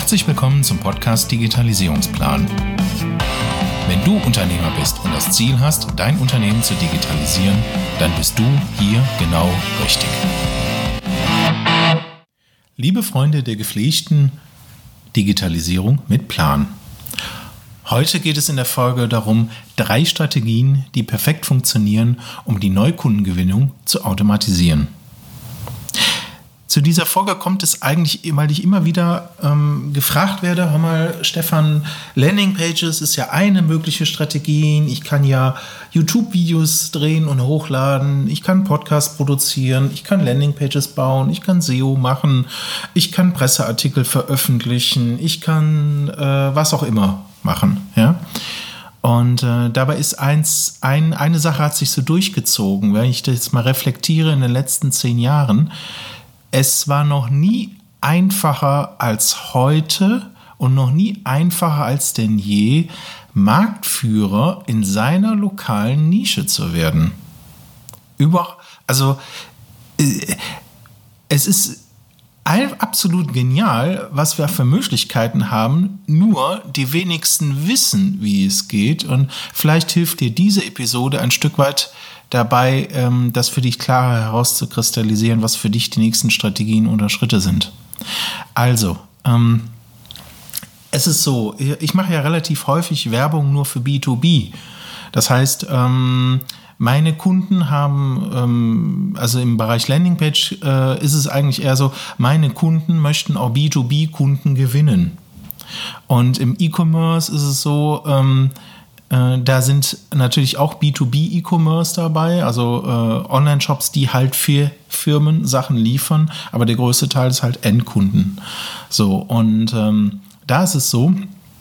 Herzlich willkommen zum Podcast Digitalisierungsplan. Wenn du Unternehmer bist und das Ziel hast, dein Unternehmen zu digitalisieren, dann bist du hier genau richtig. Liebe Freunde der gepflegten Digitalisierung mit Plan. Heute geht es in der Folge darum, 3 Strategien, die perfekt funktionieren, um die Neukundengewinnung zu automatisieren. Zu dieser Folge kommt es eigentlich, weil ich immer wieder gefragt werde, hör mal Stefan, Landingpages ist ja eine mögliche Strategie, ich kann ja YouTube-Videos drehen und hochladen, ich kann Podcasts produzieren, ich kann Landingpages bauen, ich kann SEO machen, ich kann Presseartikel veröffentlichen, ich kann was auch immer machen, ja. Und dabei ist eine Sache hat sich so durchgezogen, wenn ich das jetzt mal reflektiere in den letzten 10 Jahren. Es war noch nie einfacher als heute und noch nie einfacher als denn je, Marktführer in seiner lokalen Nische zu werden. Es ist absolut genial, was wir für Möglichkeiten haben, nur die wenigsten wissen, wie es geht. Und vielleicht hilft dir diese Episode ein Stück weit dabei, das für dich klarer herauszukristallisieren, was für dich die nächsten Strategien oder Schritte sind. Also, es ist so, ich mache ja relativ häufig Werbung nur für B2B. Das heißt, meine Kunden haben, also im Bereich Landingpage ist es eigentlich eher so, meine Kunden möchten auch B2B-Kunden gewinnen. Und im E-Commerce ist es so, da sind natürlich auch B2B-E-Commerce dabei, also Online-Shops, die halt für Firmen Sachen liefern, aber der größte Teil ist halt Endkunden. So, und da ist es so,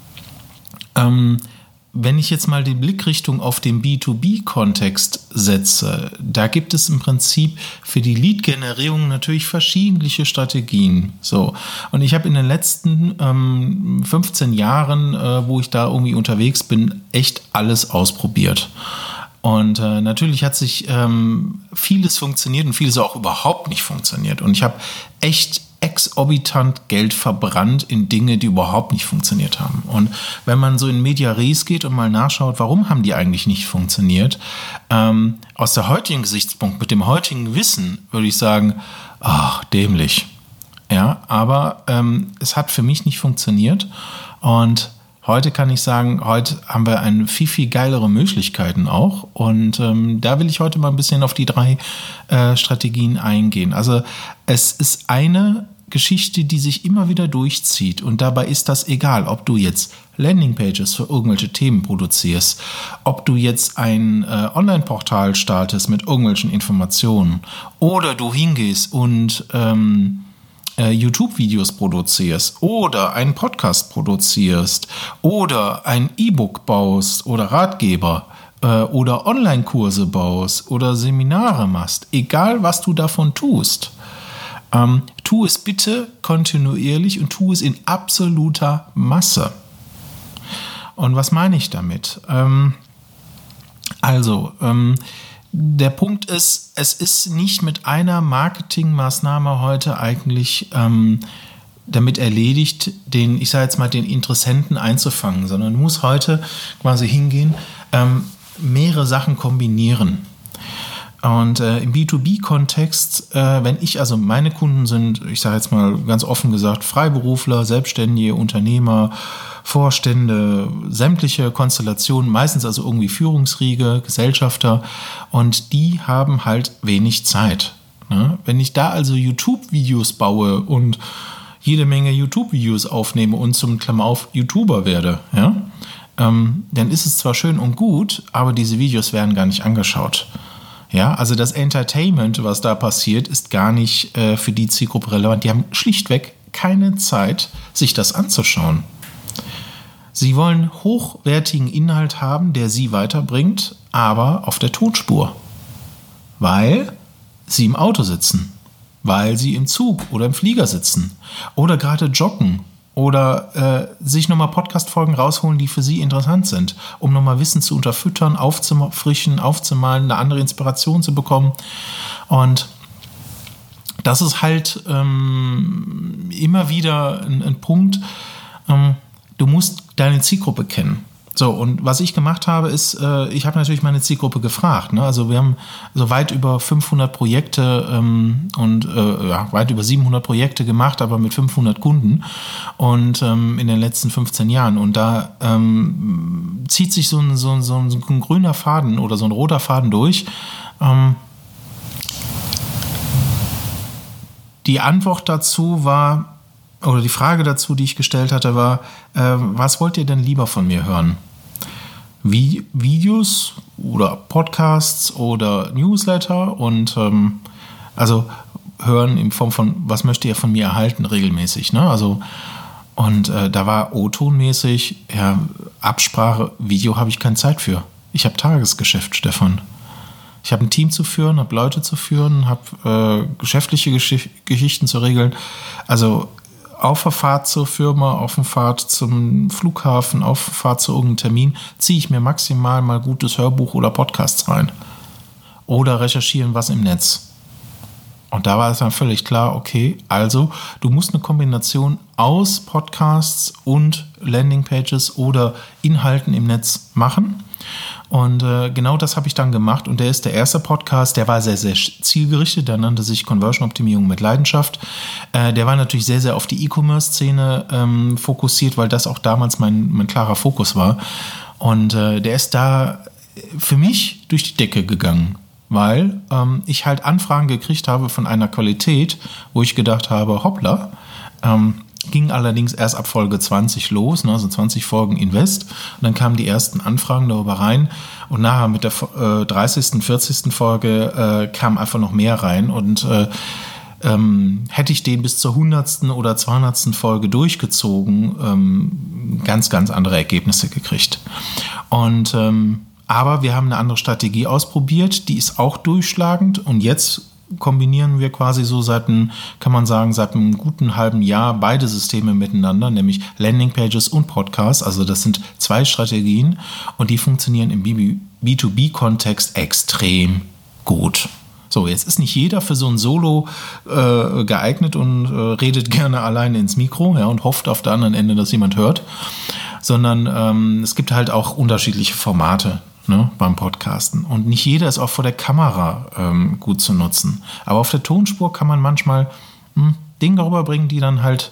wenn ich jetzt mal die Blickrichtung auf den B2B-Kontext setze, da gibt es im Prinzip für die Lead-Generierung natürlich verschiedene Strategien. So. Und ich habe in den letzten 15 Jahren, wo ich da irgendwie unterwegs bin, echt alles ausprobiert. Und natürlich hat sich vieles funktioniert und vieles auch überhaupt nicht funktioniert. Und ich habe echt exorbitant Geld verbrannt in Dinge, die überhaupt nicht funktioniert haben. Und wenn man so in Media Res geht und mal nachschaut, warum haben die eigentlich nicht funktioniert, aus der heutigen Gesichtspunkt, mit dem heutigen Wissen, würde ich sagen, ach, dämlich. Ja, aber es hat für mich nicht funktioniert. Und heute kann ich sagen, heute haben wir eine viel, viel geilere Möglichkeiten auch. Und da will ich heute mal ein bisschen auf die 3 Strategien eingehen. Also es ist eine Geschichte, die sich immer wieder durchzieht. Und dabei ist das egal, ob du jetzt Landingpages für irgendwelche Themen produzierst, ob du jetzt ein Online-Portal startest mit irgendwelchen Informationen oder du hingehst und YouTube-Videos produzierst oder einen Podcast produzierst oder ein E-Book baust oder Ratgeber oder Online-Kurse baust oder Seminare machst, egal was du davon tust, tu es bitte kontinuierlich und tu es in absoluter Masse. Und was meine ich damit? Der Punkt ist, es ist nicht mit einer Marketingmaßnahme heute eigentlich damit erledigt, den Interessenten einzufangen, sondern du musst heute quasi hingehen, mehrere Sachen kombinieren. Und im B2B-Kontext, meine Kunden sind, ich sage jetzt mal ganz offen gesagt, Freiberufler, Selbstständige, Unternehmer, Vorstände, sämtliche Konstellationen, meistens also irgendwie Führungsriege, Gesellschafter, und die haben halt wenig Zeit. Ne? Wenn ich da also YouTube-Videos baue und jede Menge YouTube-Videos aufnehme und zum Klammer auf YouTuber werde, ja, dann ist es zwar schön und gut, aber diese Videos werden gar nicht angeschaut. Ja, also das Entertainment, was da passiert, ist gar nicht für die Zielgruppe relevant. Die haben schlichtweg keine Zeit, sich das anzuschauen. Sie wollen hochwertigen Inhalt haben, der sie weiterbringt, aber auf der Tonspur. Weil sie im Auto sitzen, weil sie im Zug oder im Flieger sitzen oder gerade joggen oder sich nochmal Podcast-Folgen rausholen, die für sie interessant sind, um nochmal Wissen zu unterfüttern, aufzufrischen, aufzumalen, eine andere Inspiration zu bekommen. Und das ist halt immer wieder ein Punkt, du musst deine Zielgruppe kennen. So, und was ich gemacht habe, ist, ich habe natürlich meine Zielgruppe gefragt. Ne? Also wir haben so weit über 500 Projekte weit über 700 Projekte gemacht, aber mit 500 Kunden und in den letzten 15 Jahren. Und da zieht sich so ein grüner Faden oder so ein roter Faden durch. Die Antwort dazu war, oder die Frage dazu, die ich gestellt hatte, war, was wollt ihr denn lieber von mir hören? Videos oder Podcasts oder Newsletter und also hören in Form von, was möchtet ihr von mir erhalten regelmäßig, ne? Also und da war O-Ton-mäßig, ja, Absprache, Video habe ich keine Zeit für. Ich habe Tagesgeschäft, Stefan. Ich habe ein Team zu führen, habe Leute zu führen, habe geschäftliche Geschichten zu regeln. Also auf der Fahrt zur Firma, auf der Fahrt zum Flughafen, auf der Fahrt zu irgendeinem Termin, ziehe ich mir maximal mal gutes Hörbuch oder Podcasts rein. Oder recherchieren was im Netz. Und da war es dann völlig klar, okay, also du musst eine Kombination aus Podcasts und Landingpages oder Inhalten im Netz machen. Und genau das habe ich dann gemacht. Und der ist der erste Podcast, der war sehr, sehr zielgerichtet. Der nannte sich Conversion-Optimierung mit Leidenschaft. Der war natürlich sehr, sehr auf die E-Commerce-Szene fokussiert, weil das auch damals mein klarer Fokus war. Und der ist da für mich durch die Decke gegangen, weil ich halt Anfragen gekriegt habe von einer Qualität, wo ich gedacht habe, hoppla, ging allerdings erst ab Folge 20 los, ne, also 20 Folgen Invest. Und dann kamen die ersten Anfragen darüber rein. Und nachher mit der 30., 40. Folge kamen einfach noch mehr rein. Und hätte ich den bis zur 100. oder 200. Folge durchgezogen, ganz, ganz andere Ergebnisse gekriegt. Und aber wir haben eine andere Strategie ausprobiert, die ist auch durchschlagend. Und jetzt kombinieren wir quasi so seit einem guten halben Jahr beide Systeme miteinander, nämlich Landingpages und Podcasts. Also das sind zwei Strategien und die funktionieren im B2B-Kontext extrem gut. So, jetzt ist nicht jeder für so ein Solo geeignet und redet gerne alleine ins Mikro, ja, und hofft auf der anderen Ende, dass jemand hört, sondern es gibt halt auch unterschiedliche Formate. Ne, beim Podcasten. Und nicht jeder ist auch vor der Kamera gut zu nutzen. Aber auf der Tonspur kann man manchmal Dinge rüberbringen, die dann halt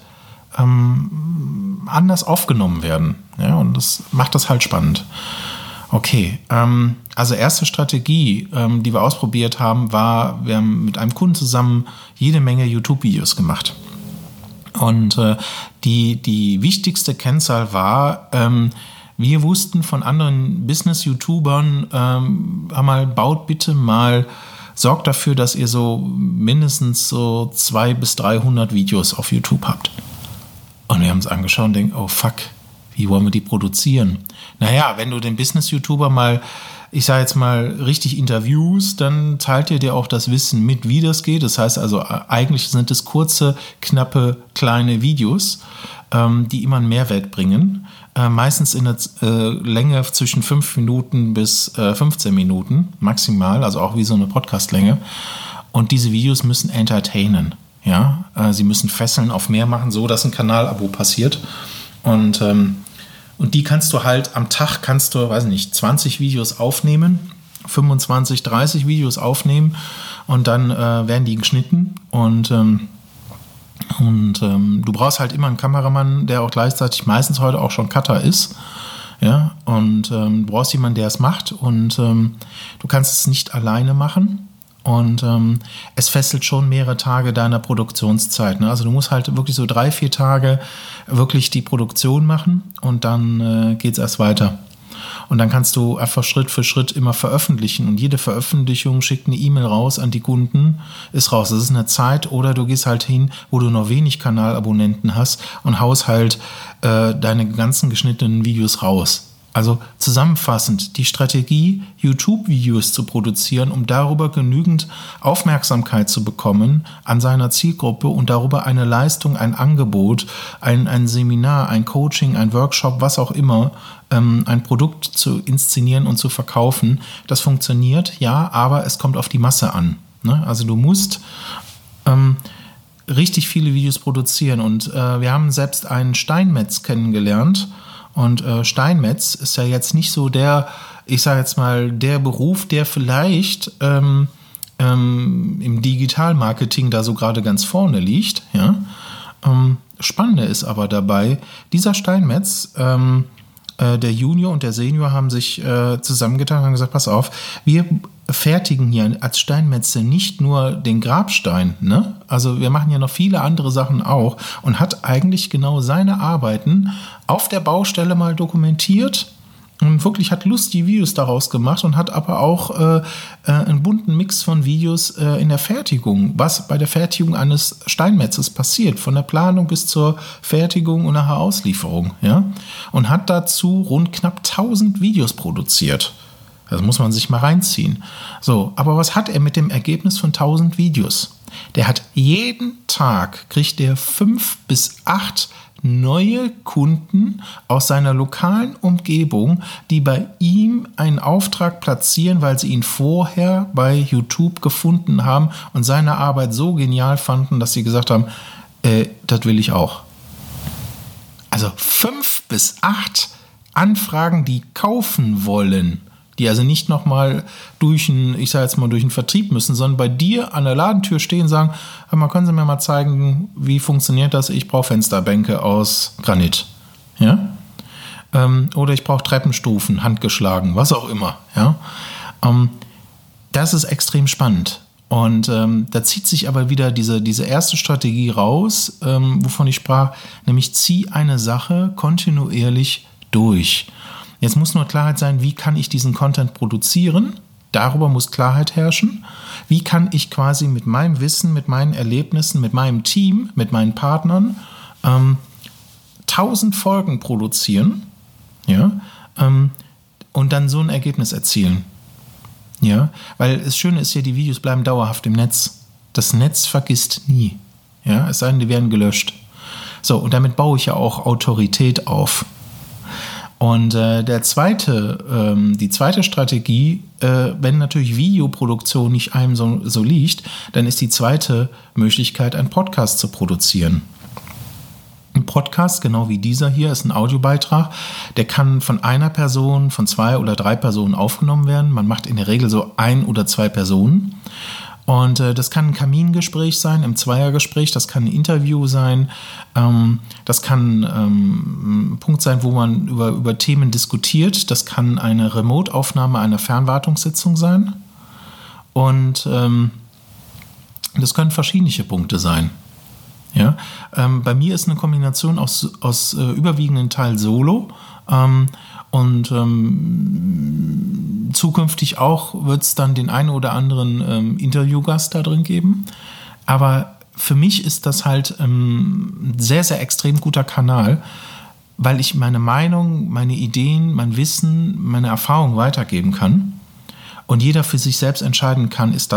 anders aufgenommen werden. Ja, und das macht das halt spannend. Okay, also erste Strategie, die wir ausprobiert haben, war, wir haben mit einem Kunden zusammen jede Menge YouTube-Videos gemacht. Und die wichtigste Kennzahl war, wir wussten von anderen Business-YouTubern, sorgt dafür, dass ihr so mindestens so 200 bis 300 Videos auf YouTube habt. Und wir haben es angeschaut und denken, oh fuck, wie wollen wir die produzieren? Naja, wenn du den Business-YouTuber mal, ich sage jetzt mal, richtig interviewst, dann teilt ihr dir auch das Wissen mit, wie das geht. Das heißt also, eigentlich sind es kurze, knappe, kleine Videos, die immer einen Mehrwert bringen. Meistens in der Länge zwischen 5 Minuten bis 15 Minuten maximal, also auch wie so eine Podcast-Länge. Und diese Videos müssen entertainen. Ja? Sie müssen fesseln, auf mehr machen, so dass ein Kanalabo passiert. Und die kannst du halt am Tag, 20 Videos aufnehmen, 25, 30 Videos aufnehmen und dann werden die geschnitten und du brauchst halt immer einen Kameramann, der auch gleichzeitig meistens heute auch schon Cutter ist. Ja, und du brauchst jemanden, der es macht und du kannst es nicht alleine machen. Und es fesselt schon mehrere Tage deiner Produktionszeit. Ne? Also du musst halt wirklich so 3-4 Tage wirklich die Produktion machen und dann geht es erst weiter. Und dann kannst du einfach Schritt für Schritt immer veröffentlichen. Und jede Veröffentlichung schickt eine E-Mail raus an die Kunden, ist raus. Das ist eine Zeit. Oder du gehst halt hin, wo du noch wenig Kanalabonnenten hast und haust halt deine ganzen geschnittenen Videos raus. Also zusammenfassend, die Strategie, YouTube-Videos zu produzieren, um darüber genügend Aufmerksamkeit zu bekommen an seiner Zielgruppe und darüber eine Leistung, ein Angebot, ein Seminar, ein Coaching, ein Workshop, was auch immer, ein Produkt zu inszenieren und zu verkaufen, das funktioniert, ja, aber es kommt auf die Masse an. Ne? Also du musst richtig viele Videos produzieren. Und wir haben selbst einen Steinmetz kennengelernt. Und Steinmetz ist ja jetzt nicht so der, ich sage jetzt mal, der Beruf, der vielleicht im Digitalmarketing da so gerade ganz vorne liegt. Ja? Spannende ist aber dabei, dieser Steinmetz, der Junior und der Senior haben sich zusammengetan und haben gesagt, pass auf, wir fertigen hier als Steinmetze nicht nur den Grabstein, ne? Also wir machen ja noch viele andere Sachen auch, und hat eigentlich genau seine Arbeiten auf der Baustelle mal dokumentiert und wirklich hat lustige Videos daraus gemacht und hat aber auch einen bunten Mix von Videos in der Fertigung, was bei der Fertigung eines Steinmetzes passiert, von der Planung bis zur Fertigung und nachher Auslieferung, ja? Und hat dazu rund knapp 1000 Videos produziert. Das muss man sich mal reinziehen. So, aber was hat er mit dem Ergebnis von 1000 Videos? Der hat jeden Tag, kriegt der 5 bis 8 neue Kunden aus seiner lokalen Umgebung, die bei ihm einen Auftrag platzieren, weil sie ihn vorher bei YouTube gefunden haben und seine Arbeit so genial fanden, dass sie gesagt haben, das will ich auch. Also 5 bis 8 Anfragen, die kaufen wollen, die also nicht nochmal durch einen Vertrieb müssen, sondern bei dir an der Ladentür stehen und sagen, können Sie mir mal zeigen, wie funktioniert das? Ich brauche Fensterbänke aus Granit. Ja? Oder ich brauche Treppenstufen, handgeschlagen, was auch immer. Ja? Das ist extrem spannend. Und da zieht sich aber wieder diese erste Strategie raus, wovon ich sprach, nämlich zieh eine Sache kontinuierlich durch. Jetzt muss nur Klarheit sein, wie kann ich diesen Content produzieren? Darüber muss Klarheit herrschen. Wie kann ich quasi mit meinem Wissen, mit meinen Erlebnissen, mit meinem Team, mit meinen Partnern 1000 Folgen produzieren, ja, und dann so ein Ergebnis erzielen? Ja, weil das Schöne ist ja, die Videos bleiben dauerhaft im Netz. Das Netz vergisst nie. Ja, es sei denn, die werden gelöscht. So, und damit baue ich ja auch Autorität auf. Und die zweite Strategie, wenn natürlich Videoproduktion nicht einem so liegt, dann ist die zweite Möglichkeit, einen Podcast zu produzieren. Ein Podcast, genau wie dieser hier, ist ein Audiobeitrag, der kann von einer Person, von 2 oder 3 Personen aufgenommen werden. Man macht in der Regel so 1 oder 2 Personen. Und das kann ein Kamingespräch sein, im Zweiergespräch, das kann ein Interview sein, das kann ein Punkt sein, wo man über Themen diskutiert, das kann eine Remote-Aufnahme einer Fernwartungssitzung sein und das können verschiedene Punkte sein. Ja? Bei mir ist eine Kombination aus überwiegenden Teil Solo und zukünftig auch wird es dann den einen oder anderen Interviewgast da drin geben. Aber für mich ist das halt ein sehr, sehr extrem guter Kanal, weil ich meine Meinung, meine Ideen, mein Wissen, meine Erfahrung weitergeben kann. Und jeder für sich selbst entscheiden kann, ist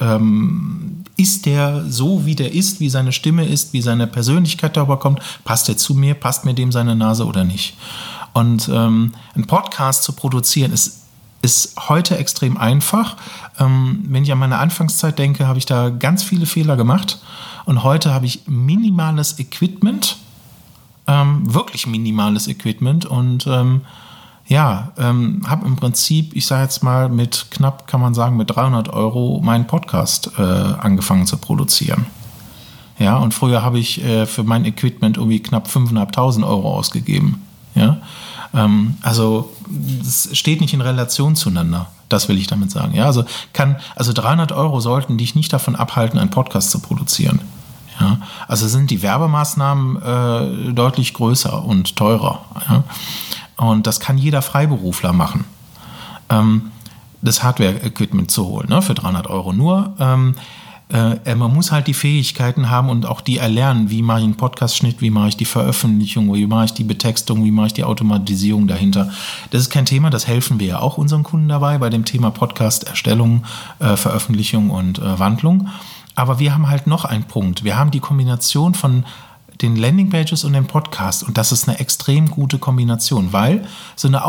der so, wie der ist, wie seine Stimme ist, wie seine Persönlichkeit darüber kommt, passt der zu mir, passt mir dem seine Nase oder nicht. Und einen Podcast zu produzieren ist heute extrem einfach. Wenn ich an meine Anfangszeit denke, habe ich da ganz viele Fehler gemacht. Und heute habe ich minimales Equipment, wirklich minimales Equipment und habe im Prinzip, ich sage jetzt mal mit knapp, kann man sagen, mit 300 € meinen Podcast angefangen zu produzieren. Ja, und früher habe ich für mein Equipment irgendwie knapp 5.500 € ausgegeben. Ja, also es steht nicht in Relation zueinander. Das will ich damit sagen. Ja, also 300 € sollten dich nicht davon abhalten, einen Podcast zu produzieren. Ja, also sind die Werbemaßnahmen deutlich größer und teurer. Ja, und das kann jeder Freiberufler machen, das Hardware-Equipment zu holen, ne, für 300 € nur. Man muss halt die Fähigkeiten haben und auch die erlernen, wie mache ich einen Podcast-Schnitt, wie mache ich die Veröffentlichung, wie mache ich die Betextung, wie mache ich die Automatisierung dahinter. Das ist kein Thema, das helfen wir ja auch unseren Kunden dabei, bei dem Thema Podcast-Erstellung, Veröffentlichung und Wandlung. Aber wir haben halt noch einen Punkt. Wir haben die Kombination von den Landingpages und dem Podcast und das ist eine extrem gute Kombination, weil so eine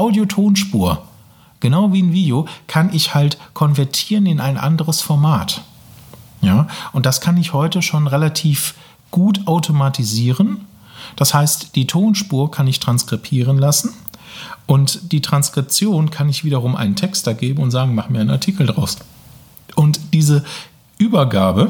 Audio-Tonspur, genau wie ein Video, kann ich halt konvertieren in ein anderes Format. Ja? Und das kann ich heute schon relativ gut automatisieren. Das heißt, die Tonspur kann ich transkribieren lassen und die Transkription kann ich wiederum einen Texter geben und sagen, mach mir einen Artikel draus. Und diese Übergabe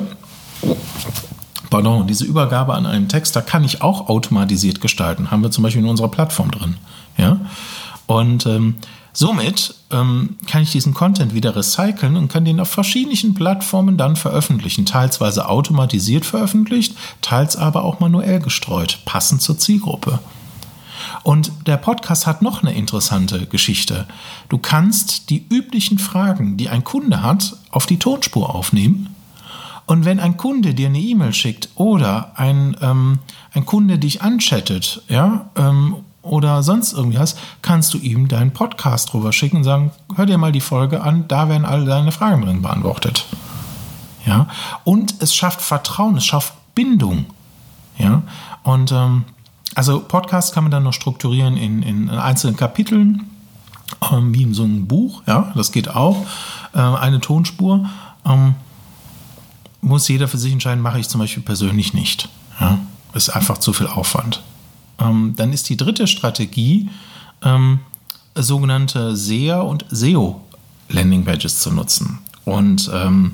an einen Texter kann ich auch automatisiert gestalten. Haben wir zum Beispiel in unserer Plattform drin. Ja? Und somit kann ich diesen Content wieder recyceln und kann den auf verschiedenen Plattformen dann veröffentlichen. Teilsweise automatisiert veröffentlicht, teils aber auch manuell gestreut, passend zur Zielgruppe. Und der Podcast hat noch eine interessante Geschichte. Du kannst die üblichen Fragen, die ein Kunde hat, auf die Tonspur aufnehmen. Und wenn ein Kunde dir eine E-Mail schickt oder ein Kunde dich anchattet, ja, oder sonst irgendwie hast, kannst du ihm deinen Podcast drüber schicken und sagen, hör dir mal die Folge an, da werden alle deine Fragen drin beantwortet. Ja? Und es schafft Vertrauen, es schafft Bindung. Ja? Und also Podcast kann man dann noch strukturieren in einzelnen Kapiteln, wie in so einem Buch, ja, das geht auch, eine Tonspur. Muss jeder für sich entscheiden, mache ich zum Beispiel persönlich nicht. Ja? Ist einfach zu viel Aufwand. Dann ist die dritte Strategie, sogenannte SEA und SEO-Landingpages zu nutzen. Und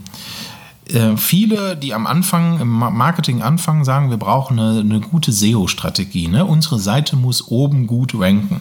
viele, die am Anfang, im Marketing anfangen, sagen, wir brauchen eine gute SEO-Strategie. Ne? Unsere Seite muss oben gut ranken.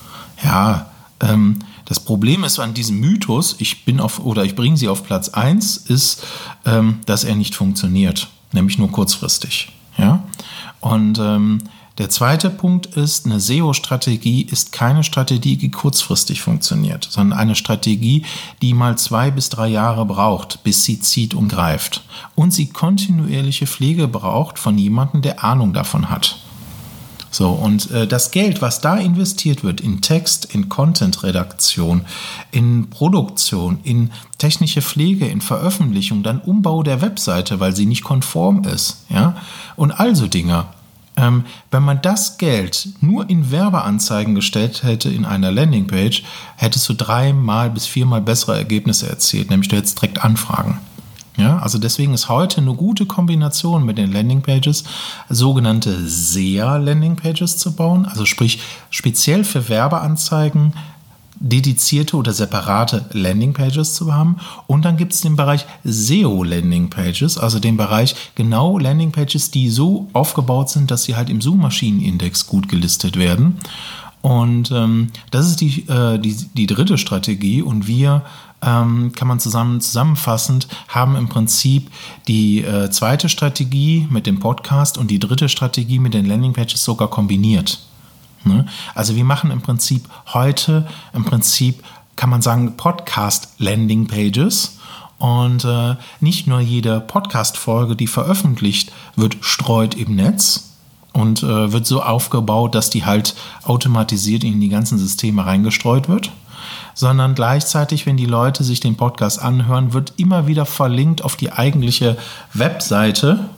Ja, das Problem ist an diesem Mythos, ich bringe sie auf Platz 1, ist, dass er nicht funktioniert. Nämlich nur kurzfristig. Ja? Und der zweite Punkt ist, eine SEO-Strategie ist keine Strategie, die kurzfristig funktioniert, sondern eine Strategie, die mal 2 bis 3 Jahre braucht, bis sie zieht und greift. Und sie kontinuierliche Pflege braucht von jemandem, der Ahnung davon hat. So, und das Geld, was da investiert wird in Text, in Content-Redaktion, in Produktion, in technische Pflege, in Veröffentlichung, dann Umbau der Webseite, weil sie nicht konform ist, ja, und also Dinge. Wenn man das Geld nur in Werbeanzeigen gestellt hätte in einer Landingpage, hättest du 3 bis 4 Mal bessere Ergebnisse erzielt, nämlich du hättest direkt Anfragen. Ja, also deswegen ist heute eine gute Kombination mit den Landingpages, sogenannte SEA-Landingpages zu bauen, also sprich speziell für Werbeanzeigen dedizierte oder separate Landingpages zu haben. Und dann gibt es den Bereich SEO-Landingpages, also den Bereich genau Landingpages, die so aufgebaut sind, dass sie halt im Suchmaschinenindex gut gelistet werden. Und das ist die dritte Strategie. Und wir, kann man zusammenfassend, haben im Prinzip die zweite Strategie mit dem Podcast und die dritte Strategie mit den Landingpages sogar kombiniert. Also wir machen im Prinzip heute, kann man sagen, Podcast-Landing-Pages und nicht nur jede Podcast-Folge, die veröffentlicht wird, streut im Netz und wird so aufgebaut, dass die halt automatisiert in die ganzen Systeme reingestreut wird, sondern gleichzeitig, wenn die Leute sich den Podcast anhören, wird immer wieder verlinkt auf die eigentliche Webseite,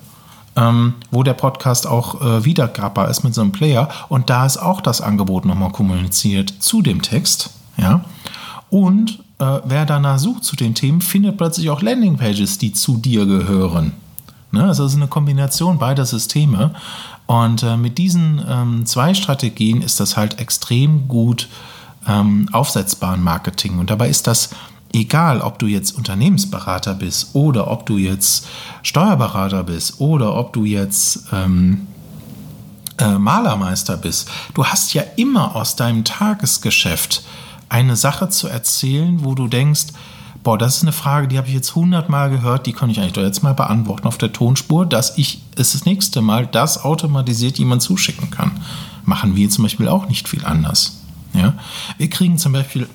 wo der Podcast auch wiedergabbar ist mit so einem Player. Und da ist auch das Angebot nochmal kommuniziert zu dem Text. Ja? Und wer danach sucht zu den Themen, findet plötzlich auch Landingpages, die zu dir gehören. Ne? Also es ist eine Kombination beider Systeme. Und mit diesen 2 Strategien ist das halt extrem gut aufsetzbar im Marketing. Und dabei ist das egal, ob du jetzt Unternehmensberater bist oder ob du jetzt Steuerberater bist oder ob du jetzt Malermeister bist. Du hast ja immer aus deinem Tagesgeschäft eine Sache zu erzählen, wo du denkst, boah, das ist eine Frage, die habe ich jetzt 100-mal gehört, die kann ich eigentlich doch jetzt mal beantworten auf der Tonspur, dass ich es das nächste Mal das automatisiert jemand zuschicken kann. Machen wir zum Beispiel auch nicht viel anders. Ja? Wir kriegen zum Beispiel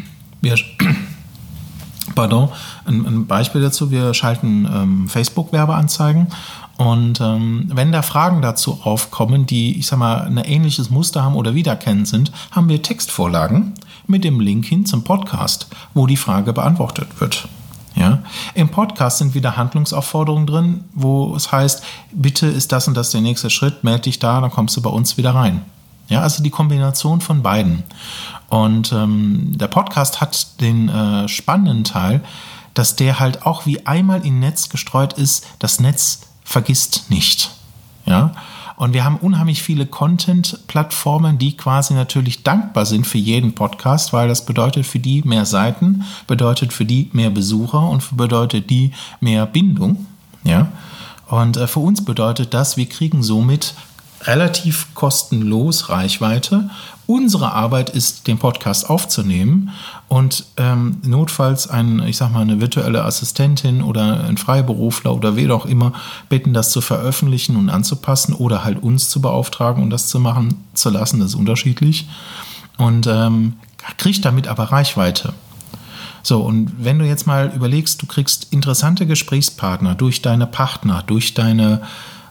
ein Beispiel dazu, wir schalten Facebook-Werbeanzeigen und wenn da Fragen dazu aufkommen, die, ich sag mal, ein ähnliches Muster haben oder wiedererkennend sind, haben wir Textvorlagen mit dem Link hin zum Podcast, wo die Frage beantwortet wird. Ja? Im Podcast sind wieder Handlungsaufforderungen drin, wo es heißt, bitte ist das und das der nächste Schritt, melde dich da, dann kommst du bei uns wieder rein. Ja, also die Kombination von beiden. Und der Podcast hat den spannenden Teil, dass der halt auch wie einmal in Netz gestreut ist, das Netz vergisst nicht. Ja? Und wir haben unheimlich viele Content-Plattformen, die quasi natürlich dankbar sind für jeden Podcast, weil das bedeutet für die mehr Seiten, bedeutet für die mehr Besucher und bedeutet die mehr Bindung. Ja? Und für uns bedeutet das, wir kriegen somit relativ kostenlos Reichweite. Unsere Arbeit ist, den Podcast aufzunehmen und notfalls eine virtuelle Assistentin oder ein Freiberufler oder wer auch immer bitten, das zu veröffentlichen und anzupassen oder halt uns zu beauftragen und das zu machen zu lassen, das ist unterschiedlich. Und kriegt damit aber Reichweite. So, und wenn du jetzt mal überlegst, du kriegst interessante Gesprächspartner durch deine Partner, durch deine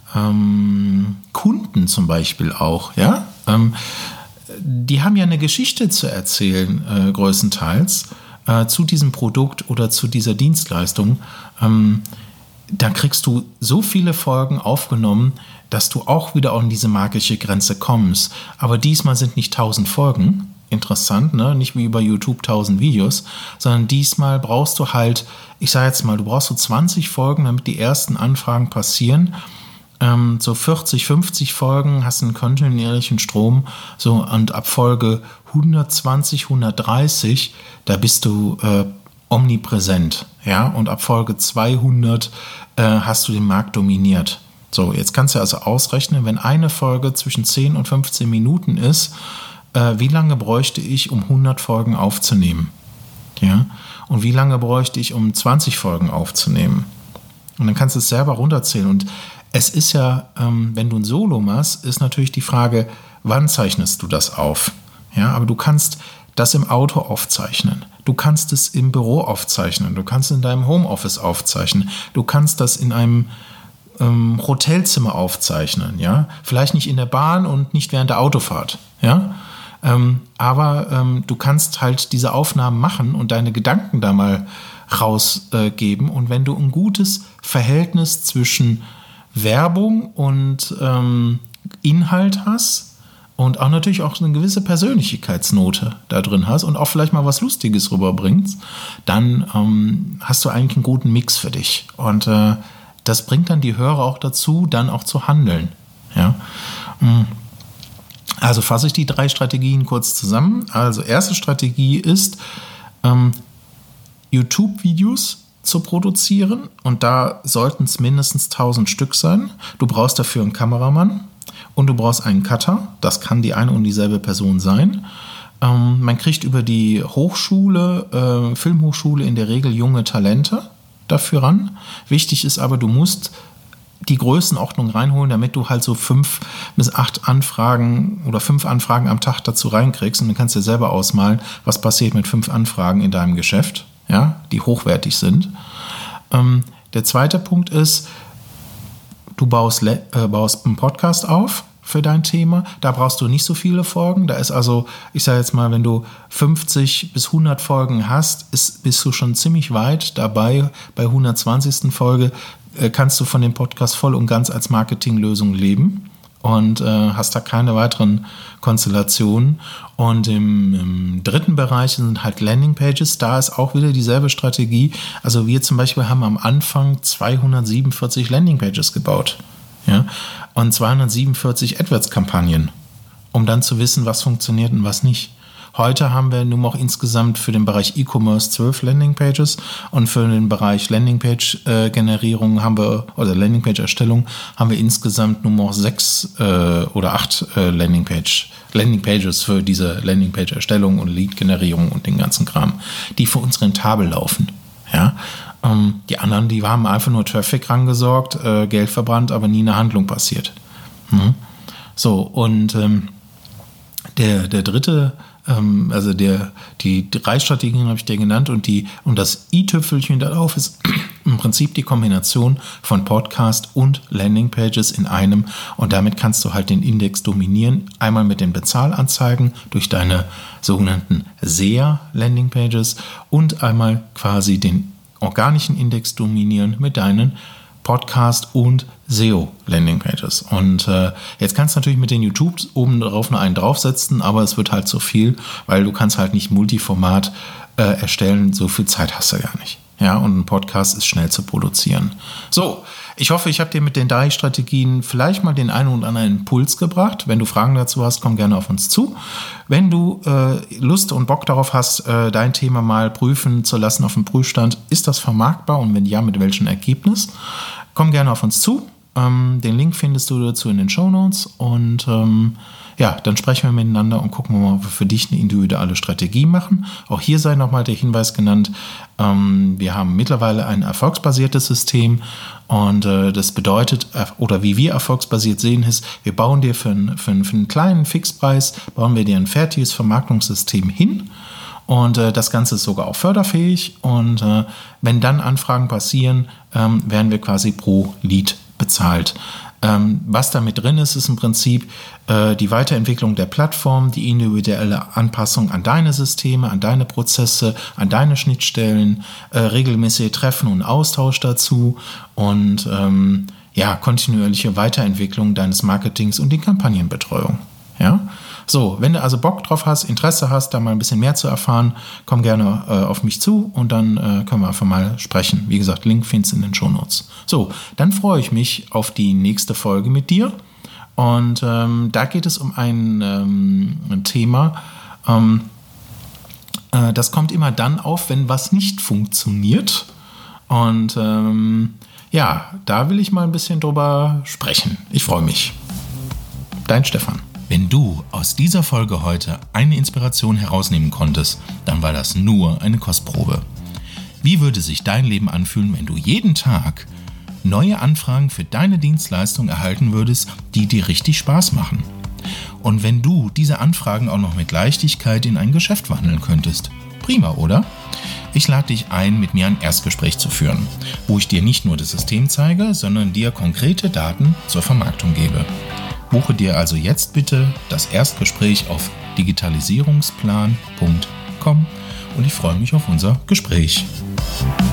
Kunden zum Beispiel auch, ja, die haben ja eine Geschichte zu erzählen, größtenteils, zu diesem Produkt oder zu dieser Dienstleistung. Da kriegst du so viele Folgen aufgenommen, dass du auch wieder an diese magische Grenze kommst. Aber diesmal sind nicht 1000 Folgen, interessant, ne? Nicht wie bei YouTube 1000 Videos, sondern diesmal brauchst du halt, ich sage jetzt mal, du brauchst so 20 Folgen, damit die ersten Anfragen passieren. So 40, 50 Folgen, hast einen kontinuierlichen Strom, so, und ab Folge 120, 130, da bist du omnipräsent, ja, und ab Folge 200 hast du den Markt dominiert. So, jetzt kannst du also ausrechnen, wenn eine Folge zwischen 10 und 15 Minuten ist, wie lange bräuchte ich, um 100 Folgen aufzunehmen? Ja, und wie lange bräuchte ich, um 20 Folgen aufzunehmen? Und dann kannst du es selber runterzählen. Und es ist ja, wenn du ein Solo machst, ist natürlich die Frage, wann zeichnest du das auf? Ja, aber du kannst das im Auto aufzeichnen. Du kannst es im Büro aufzeichnen. Du kannst es in deinem Homeoffice aufzeichnen. Du kannst das in einem Hotelzimmer aufzeichnen. Ja, vielleicht nicht in der Bahn und nicht während der Autofahrt. Ja, aber du kannst halt diese Aufnahmen machen und deine Gedanken da mal rausgeben. Und wenn du ein gutes Verhältnis zwischen Werbung und Inhalt hast und auch natürlich auch eine gewisse Persönlichkeitsnote da drin hast und auch vielleicht mal was Lustiges rüberbringst, dann hast du eigentlich einen guten Mix für dich. Und das bringt dann die Hörer auch dazu, dann auch zu handeln. Ja? Also fasse ich die 3 Strategien kurz zusammen. Also erste Strategie ist, YouTube-Videos zu produzieren, und da sollten es mindestens 1000 Stück sein. Du brauchst dafür einen Kameramann und du brauchst einen Cutter. Das kann die eine und dieselbe Person sein. Man kriegt über die Hochschule, Filmhochschule in der Regel junge Talente dafür ran. Wichtig ist aber, du musst die Größenordnung reinholen, damit du halt so 5 bis 8 Anfragen oder 5 Anfragen am Tag dazu reinkriegst, und dann kannst du dir selber ausmalen, was passiert mit 5 Anfragen in deinem Geschäft, ja, die hochwertig sind. Der zweite Punkt ist, du baust einen Podcast auf für dein Thema. Da brauchst du nicht so viele Folgen. Da ist also, ich sage jetzt mal, wenn du 50 bis 100 Folgen hast, bist du schon ziemlich weit dabei. Bei 120. Folge kannst du von dem Podcast voll und ganz als Marketinglösung leben und hast da keine weiteren Konstellationen. Und im dritten Bereich sind halt Landingpages. Da ist auch wieder dieselbe Strategie. Also wir zum Beispiel haben am Anfang 247 Landingpages gebaut. Ja? Und 247 AdWords-Kampagnen, um dann zu wissen, was funktioniert und was nicht. Heute haben wir nur noch insgesamt für den Bereich E-Commerce 12 Landingpages und für den Bereich Landingpage-Generierung oder Landingpage-Erstellung haben wir insgesamt nur noch 6 oder 8 Landingpages für diese Landingpage-Erstellung und Lead-Generierung und den ganzen Kram, die für uns rentabel laufen. Ja? Die anderen, die haben einfach nur Traffic rangesorgt, Geld verbrannt, aber nie eine Handlung passiert. So, und der dritte, also die 3 Strategien habe ich dir genannt, und das i-Tüpfelchen darauf ist im Prinzip die Kombination von Podcast und Landingpages in einem, und damit kannst du halt den Index dominieren, einmal mit den Bezahlanzeigen durch deine sogenannten SEA-Landingpages und einmal quasi den organischen Index dominieren mit deinen Podcast- und SEO-Landingpages. Und jetzt kannst du natürlich mit den YouTube oben drauf nur einen draufsetzen, aber es wird halt zu viel, weil du kannst halt nicht Multiformat erstellen, so viel Zeit hast du gar nicht. Ja, und ein Podcast ist schnell zu produzieren. So, ich hoffe, ich habe dir mit den 3 Strategien vielleicht mal den einen oder anderen Impuls gebracht. Wenn du Fragen dazu hast, komm gerne auf uns zu. Wenn du Lust und Bock darauf hast, dein Thema mal prüfen zu lassen auf dem Prüfstand, ist das vermarktbar und wenn ja, mit welchem Ergebnis? Komm gerne auf uns zu. Den Link findest du dazu in den Shownotes und dann sprechen wir miteinander und gucken wir mal, ob wir für dich eine individuelle Strategie machen. Auch hier sei nochmal der Hinweis genannt, wir haben mittlerweile ein erfolgsbasiertes System und das bedeutet, oder wie wir erfolgsbasiert sehen, ist, wir bauen dir für einen kleinen Fixpreis, bauen wir dir ein fertiges Vermarktungssystem hin. Und das Ganze ist sogar auch förderfähig. Und wenn dann Anfragen passieren, werden wir quasi pro Lead bezahlt. Was da mit drin ist, ist im Prinzip die Weiterentwicklung der Plattform, die individuelle Anpassung an deine Systeme, an deine Prozesse, an deine Schnittstellen, regelmäßige Treffen und Austausch dazu und kontinuierliche Weiterentwicklung deines Marketings und die Kampagnenbetreuung. Ja? So, wenn du also Bock drauf hast, Interesse hast, da mal ein bisschen mehr zu erfahren, komm gerne auf mich zu und dann können wir einfach mal sprechen. Wie gesagt, Link findest du in den Shownotes. So, dann freue ich mich auf die nächste Folge mit dir und da geht es um ein Thema, das kommt immer dann auf, wenn was nicht funktioniert und da will ich mal ein bisschen drüber sprechen. Ich freue mich. Dein Stefan. Wenn du aus dieser Folge heute eine Inspiration herausnehmen konntest, dann war das nur eine Kostprobe. Wie würde sich dein Leben anfühlen, wenn du jeden Tag neue Anfragen für deine Dienstleistung erhalten würdest, die dir richtig Spaß machen? Und wenn du diese Anfragen auch noch mit Leichtigkeit in ein Geschäft wandeln könntest? Prima, oder? Ich lade dich ein, mit mir ein Erstgespräch zu führen, wo ich dir nicht nur das System zeige, sondern dir konkrete Daten zur Vermarktung gebe. Buche dir also jetzt bitte das Erstgespräch auf digitalisierungsplan.com und ich freue mich auf unser Gespräch.